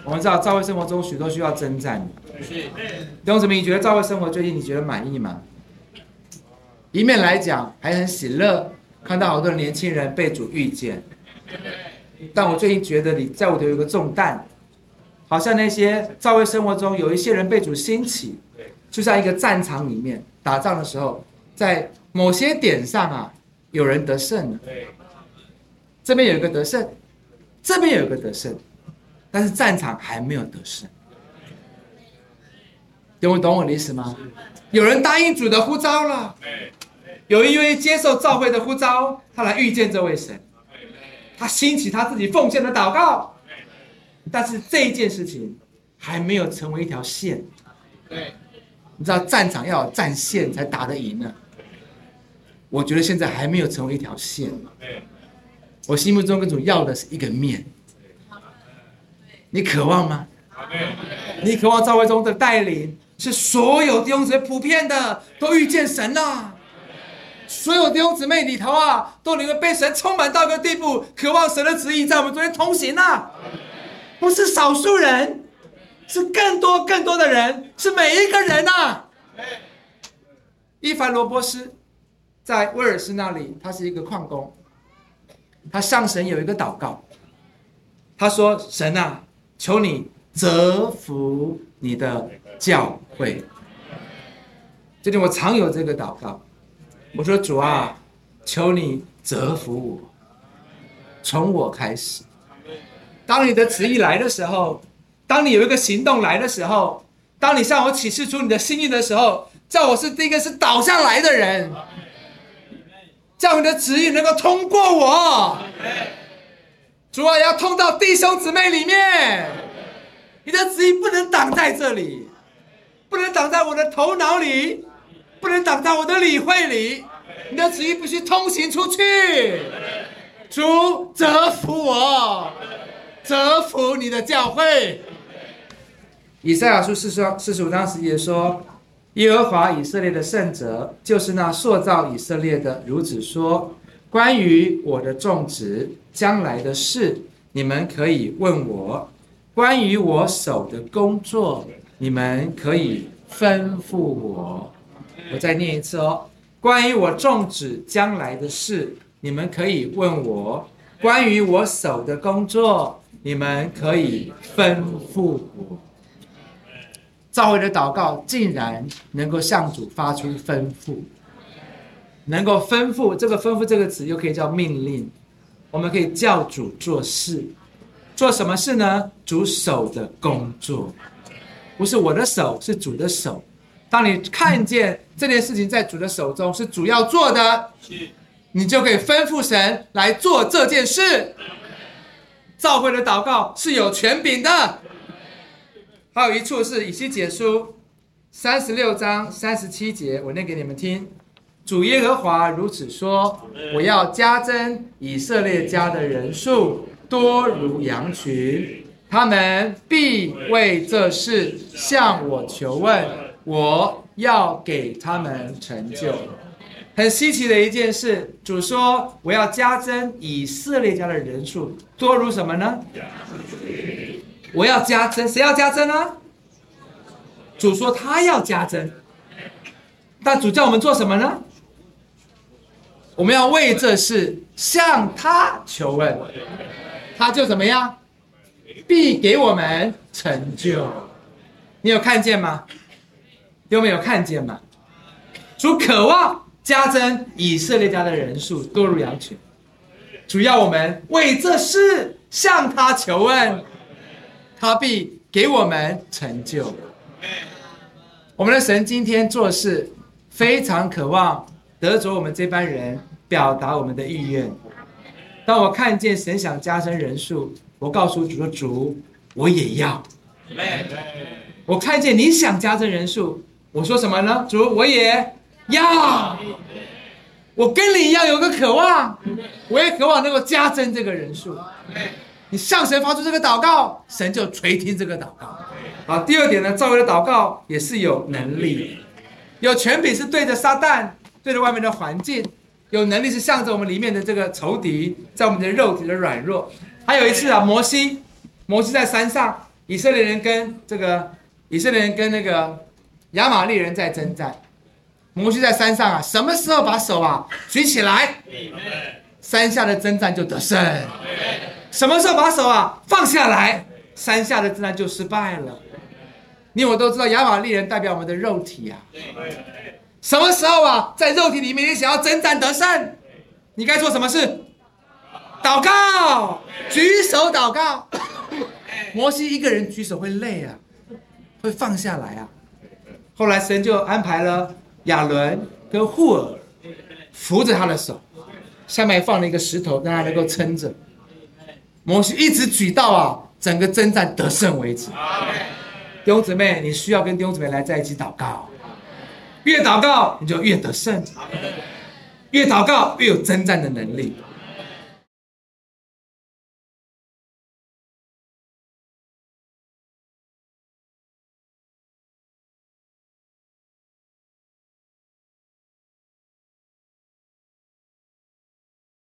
我们知道教会生活中许多需要征战的。弟兄姊妹，你觉得教会生活最近你觉得满意吗？一面来讲还很喜乐，看到好多年轻人被主遇见。但我最近觉得你在我头有一个重担，好像那些教会生活中有一些人被主兴起，就像一个战场里面打仗的时候，在某些点上啊，有人得胜了。这边有一个得胜，这边有一个得胜，但是战场还没有得胜。懂我的意思吗？有人答应主的呼召了，有一位接受教会的呼召，他来遇见这位神，他兴起他自己奉献的祷告，但是这一件事情还没有成为一条线。你知道战场要有战线才打得赢呢。我觉得现在还没有成为一条线。我心目中跟主要的是一个面。你渴望吗？你渴望教会中的带领是所有弟兄姊妹普遍的都遇见神了，所有弟兄姊妹里头啊，都能够被神充满到一个地步，渴望神的旨意在我们中间通行啊！不是少数人，是更多的人，是每一个人啊！伊凡罗波斯在威尔士那里，他是一个矿工，他向神有一个祷告，他说：“神啊，求你折服你的教会。”最近我常有这个祷告，我说：“主啊，求你折服我，从我开始。当你的旨意来的时候，当你有一个行动来的时候，当你向我启示出你的心意的时候，叫我是第一个是倒下来的人，叫你的旨意能够通过我。主啊，要通到弟兄姊妹里面，你的旨意不能挡在这里，不能挡在我的头脑里，不能挡在我的理会里，你的旨意必须通行出去。主，折服我，折服你的教会。以赛亚书45章10节说：“耶和华以色列的圣者，就是那塑造以色列的，如此说：关于我的种植将来的事，你们可以问我；关于我手的工作，你们可以吩咐我。”我再念一次哦，关于我种植将来的事，你们可以问我；关于我手的工作，你们可以吩咐我。教会的祷告竟然能够向主发出吩咐，能够吩咐，这个吩咐这个词又可以叫命令，我们可以叫主做事。做什么事呢？主手的工作，不是我的手，是主的手。当你看见这件事情在主的手中是主要做的，你就可以吩咐神来做这件事。教会的祷告是有权柄的。还有一处是以西结书36章37节，我念给你们听。主耶和华如此说：我要加增以色列家的人数，多如羊群，他们必为这事向我求问，我要给他们成就。很稀奇的一件事，主说我要加增以色列家的人数，多如什么呢？我要加增，谁要加增呢？主说他要加增，但主叫我们做什么呢？我们要为这事向他求问，他就怎么样？必给我们成就。你有看见吗？有没有看见吗？主渴望加增以色列家的人数，多如羊群。主要我们为这事向他求问，他必给我们成就。我们的神今天做事非常渴望得着我们这班人表达我们的意愿。当我看见神想加增人数，我告诉主说：主，我也要。我看见你想加增人数，我说什么呢？主，我也要。我跟你一样有个渴望，我也渴望能够加增这个人数。你向神发出这个祷告，神就垂听这个祷告。好，第二点呢，教会的祷告也是有能力，有权柄是对着撒旦，对着外面的环境；有能力是向着我们里面的这个仇敌，在我们的肉体的软弱。还有一次啊，摩西在山上以色列人跟那个亚玛力人在征战，摩西在山上啊，什么时候把手啊举起来，山下的征战就得胜；什么时候把手啊放下来，山下的征战就失败了。你我都知道，亚玛力人代表我们的肉体啊。什么时候啊，在肉体里面你想要征战得胜，你该做什么事？祷告，举手祷告。摩西一个人举手会累啊，会放下来啊。后来神就安排了亚伦跟户尔扶着他的手，下面放了一个石头，让他能够撑着。摩西一直举到啊，整个征战得胜为止。弟兄姊妹，你需要跟弟兄姊妹来在一起祷告，越祷告你就越得胜，越祷告越有征战的能力。